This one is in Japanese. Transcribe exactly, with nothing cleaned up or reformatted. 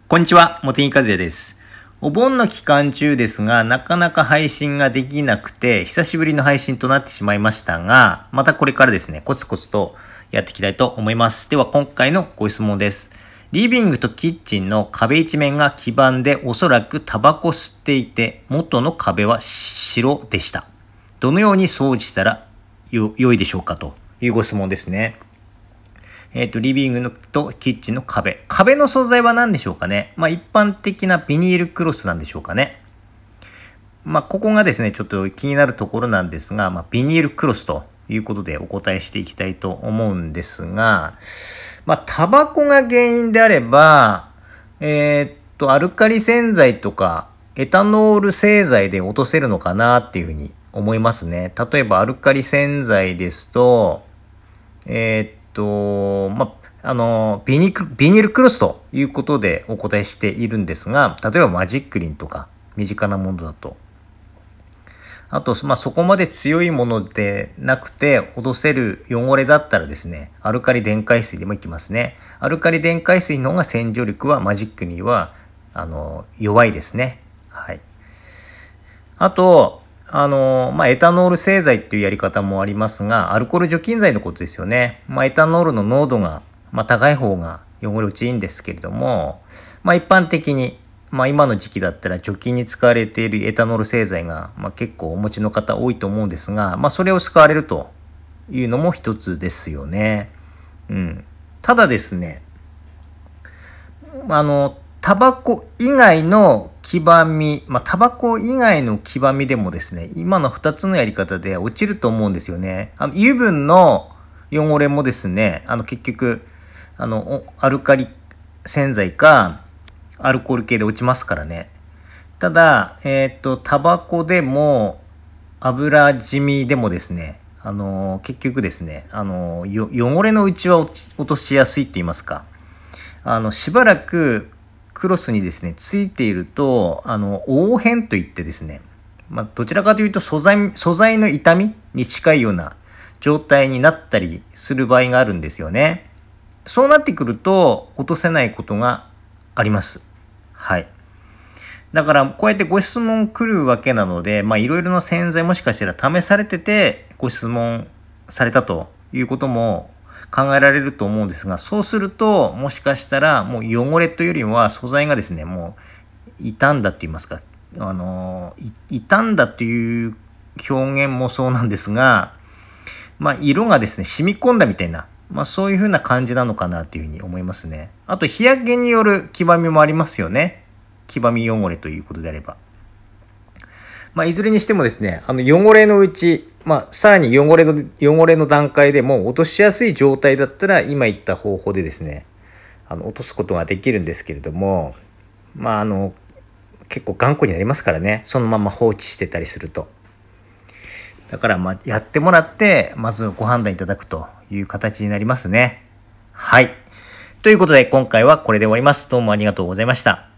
こんにちは、茂木和也です。お盆の期間中ですが、なかなか配信ができなくて、久しぶりの配信となってしまいましたが、またこれからですね、コツコツとやっていきたいと思います。では今回のご質問です。リビングとキッチンの壁一面が黄ばんで、おそらくタバコ吸っていて、元の壁は白でした。どのように掃除したらよ良いでしょうかというご質問ですね。えっと、リビングのとキッチンの壁。壁の素材は何でしょうかね。まあ、一般的なビニールクロスなんでしょうかね。まあ、ここがですね、ちょっと気になるところなんですが、まあ、ビニールクロスということでお答えしていきたいと思うんですが、まあ、タバコが原因であれば、えーっと、アルカリ洗剤とか、エタノール製剤で落とせるのかなっていうふうに思いますね。例えば、アルカリ洗剤ですと、えーっと、まあ、あの、ビニク、ビニールクロスということでお答えしているんですが、例えばマジックリンとか、身近なものだと。あと、まあ、そこまで強いものでなくて、落とせる汚れだったらですね、アルカリ電解水でもいきますね。アルカリ電解水の方が洗浄力はマジックリンは、あの、弱いですね。はい。あと、あの、まあ、エタノール製剤っていうやり方もありますが、アルコール除菌剤のことですよね。まあ、エタノールの濃度が、まあ、高い方が汚れ落ちいいんですけれども、まあ、一般的に、まあ、今の時期だったら除菌に使われているエタノール製剤が、まあ、結構お持ちの方多いと思うんですが、まあ、それを使われるというのも一つですよね。うん。ただですね、あの、タバコ以外の黄ばみ、まあ、タバコ以外の黄ばみでもですね、今のふたつのやり方で落ちると思うんですよね。あの油分の汚れもですね、あの結局、あの、アルカリ洗剤かアルコール系で落ちますからね。ただ、えっと、タバコでも油染みでもですね、あの、結局ですね、あの、汚れのうちは落としやすいって言いますか。あの、しばらくクロスにですね、ついていると、あの、黄変といってですね、まあ、どちらかというと素材、素材の傷みに近いような状態になったりする場合があるんですよね。そうなってくると、落とせないことがあります。はい。だから、こうやってご質問来るわけなので、まあ、いろいろな洗剤もしかしたら試されてて、ご質問されたということも考えられると思うんですが、そうすると、もしかしたら、もう汚れというよりは、素材がですね、もう、傷んだって言いますか、あの、傷んだという表現もそうなんですが、まあ、色がですね、染み込んだみたいな、まあ、そういう風な感じなのかなというふうに思いますね。あと、日焼けによる黄ばみもありますよね。黄ばみ汚れということであれば。まあ、いずれにしてもですね、あの汚れのうち、まあ、さらに汚れの、汚れの段階でも落としやすい状態だったら、今言った方法でですね、あの、落とすことができるんですけれども、まあ、あの、結構頑固になりますからね、そのまま放置してたりすると。だから、まあ、やってもらって、まずご判断いただくという形になりますね。はい。ということで、今回はこれで終わります。どうもありがとうございました。